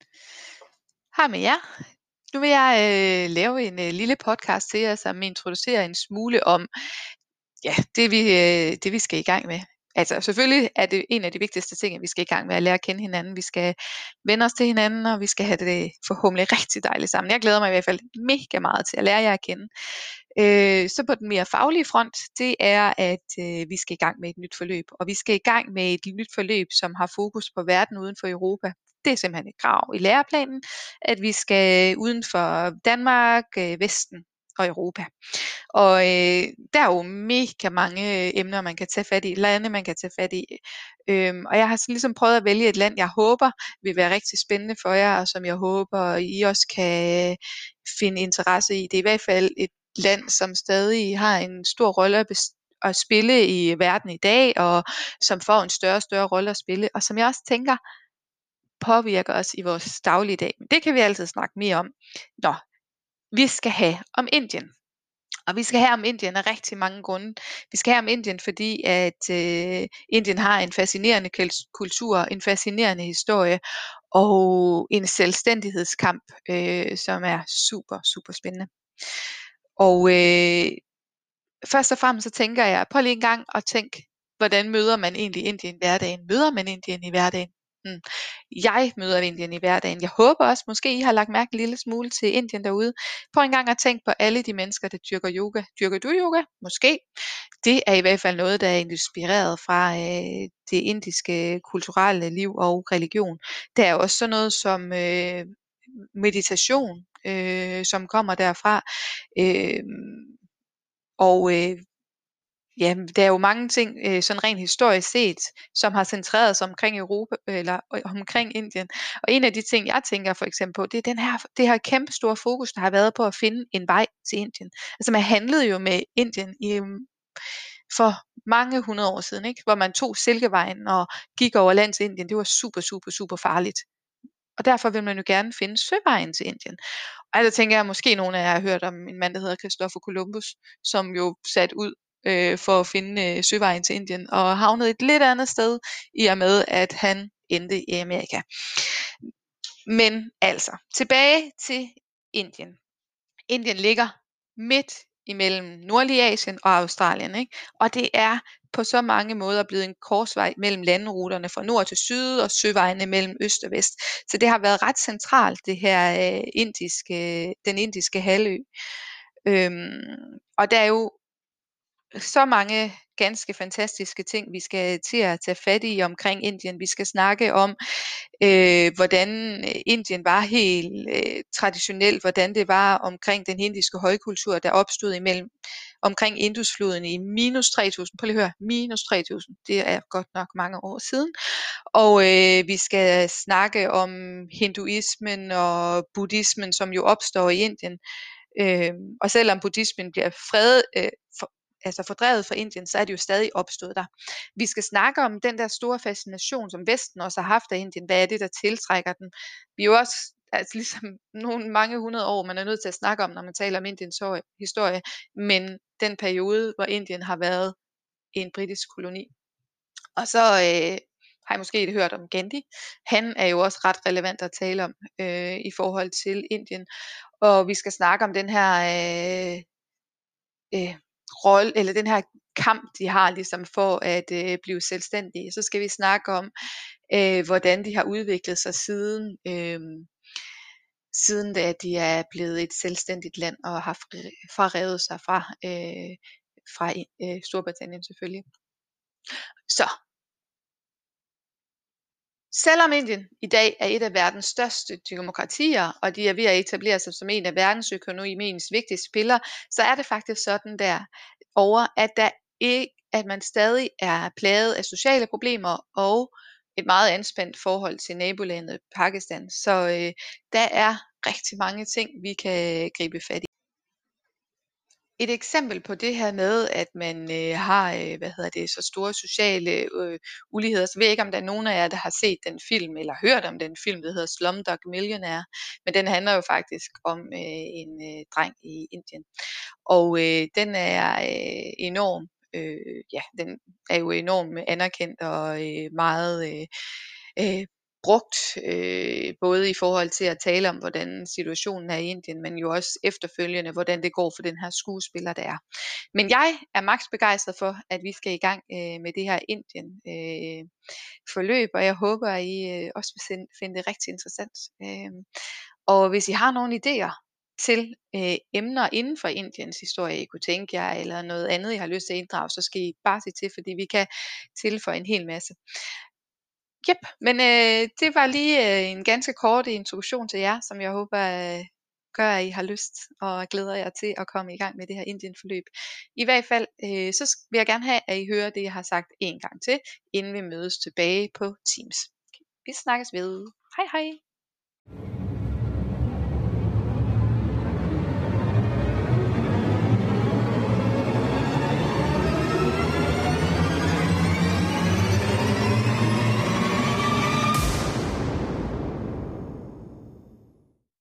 Hej med jer. Nu vil jeg lave en lille podcast til jer, som introducerer en smule om ja, det vi skal i gang med. Altså selvfølgelig er det en af de vigtigste ting, at vi skal i gang med at lære at kende hinanden. Vi skal vende os til hinanden, og vi skal have det forhåbentlig rigtig dejligt sammen. Jeg glæder mig i hvert fald mega meget til at lære jer at kende. Så på den mere faglige front, det er, at vi skal i gang med et nyt forløb. Og vi skal i gang med et nyt forløb, som har fokus på verden uden for Europa. Det er simpelthen et krav i læreplanen, at vi skal uden for Danmark, Vesten og Europa. Og der er jo mega mange emner, man kan tage fat i, lande man kan tage fat i. Og jeg har så ligesom prøvet at vælge et land, jeg håber vil være rigtig spændende for jer, og som jeg håber, I også kan finde interesse i. Det er i hvert fald et land, som stadig har en stor rolle at spille i verden i dag, og som får en større og større rolle at spille, og som jeg også tænker påvirker os i vores dagligdag. Men det kan vi altid snakke mere om. Nå, vi skal have om Indien. Og vi skal have om Indien af rigtig mange grunde. Vi skal have om Indien, fordi at Indien har en fascinerende kultur, en fascinerende historie og en selvstændighedskamp, som er super, super spændende. Og først og fremmest så tænker jeg, prøv lige en gang at tænke, hvordan møder man egentlig Indien i hverdagen? Møder man Indien i hverdagen? Jeg møder Indien i hverdagen. Jeg håber også, måske I har lagt mærke en lille smule til Indien derude. Prøv en gang at tænke på alle de mennesker, der dyrker yoga. Dyrker du yoga? Måske. Det er i hvert fald noget, der er inspireret fra det indiske kulturelle liv og religion. Der er også sådan noget som meditation, som kommer derfra. Øh, og ja, der er jo mange ting, sådan rent historisk set, som har centreret sig omkring Europa eller omkring Indien. Og en af de ting, jeg tænker for eksempel på, det er det her kæmpe store fokus, der har været på at finde en vej til Indien. Altså man handlede jo med Indien for mange hundrede år siden, ikke? Hvor man tog Silkevejen og gik over land til Indien. Det var super, super, super farligt. Og derfor vil man jo gerne finde søvejen til Indien. Og der tænker jeg, måske nogle af jer har hørt om en mand, der hedder Christopher Columbus, som jo satte ud for at finde søvejen til Indien, og havnede et lidt andet sted, i og med, at han endte i Amerika. Men altså, tilbage til Indien. Indien ligger midt imellem Nordlige Asien og Australien, ikke? Og det er på så mange måder blevet en korsvej mellem landruterne fra nord til syd og søvejene mellem øst og vest. Så det har været ret centralt, det her den indiske halvø. Og der er jo så mange ganske fantastiske ting, vi skal til at tage fat i omkring Indien. Vi skal snakke om, hvordan Indien var helt traditionelt, hvordan det var omkring den indiske højkultur, der opstod omkring Indusfloden i minus 3000. Prøv lige at høre, minus 3000. Det er godt nok mange år siden. Og vi skal snakke om hinduismen og buddhismen, som jo opstår i Indien. Og selvom buddhismen bliver fordrevet fra Indien, så er det jo stadig opstået der. Vi skal snakke om den der store fascination, som Vesten også har haft af Indien. Hvad er det, der tiltrækker den? Vi er jo også ligesom nogle mange hundrede år, man er nødt til at snakke om, når man taler om Indiens historie, men den periode, hvor Indien har været en britisk koloni. Og så har jeg måske hørt om Gandhi. Han er jo også ret relevant at tale om i forhold til Indien. Og vi skal snakke om den her rolle, eller den her kamp, de har ligesom for at blive selvstændige. Så skal vi snakke om, hvordan de har udviklet sig siden da de er blevet et selvstændigt land og har frarøvet sig fra Storbritannien selvfølgelig. Så selvom Indien i dag er et af verdens største demokratier, og de er ved at etablere sig som en af verdensøkonomiens vigtigste spillere, så er det faktisk sådan at man stadig er plaget af sociale problemer og et meget anspændt forhold til nabolandet Pakistan. Så der er rigtig mange ting, vi kan gribe fat i. Et eksempel på det her med, at man har så store sociale uligheder, så ved jeg ikke, om der er nogen af jer, der har set den film, eller hørt om den film, der hedder Slumdog Millionaire, men den handler jo faktisk om en dreng i Indien. Og den er enorm, den er jo enormt anerkendt og meget brugt, både i forhold til at tale om, hvordan situationen er i Indien, men jo også efterfølgende, hvordan det går for den her skuespiller, der er. Men jeg er maks begejstret for, at vi skal i gang med det her Indien forløb, og jeg håber, at I også vil finde det rigtig interessant. Og hvis I har nogle idéer til emner inden for Indiens historie, I kunne tænke jer, eller noget andet, I har lyst til at inddrage, så skal I bare sige til, fordi vi kan tilføje en hel masse. Jep, men det var lige en ganske kort introduktion til jer, som jeg håber gør, at I har lyst og glæder jer til at komme i gang med det her Indien-forløb. I hvert fald, så vil jeg gerne have, at I hører det, jeg har sagt en gang til, inden vi mødes tilbage på Teams. Vi snakkes ved. Hej hej!